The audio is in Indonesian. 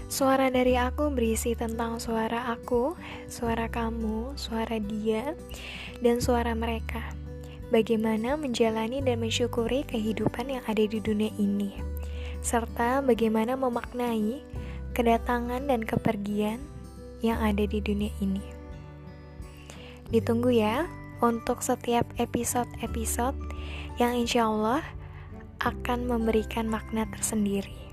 Suara dari aku berisi tentang suara aku, suara kamu, suara dia, dan suara mereka. Bagaimana menjalani dan mensyukuri kehidupan yang ada di dunia ini, serta bagaimana memaknai kedatangan dan kepergian yang ada di dunia ini. Ditunggu ya untuk setiap episode-episode yang insya Allah akan memberikan makna tersendiri.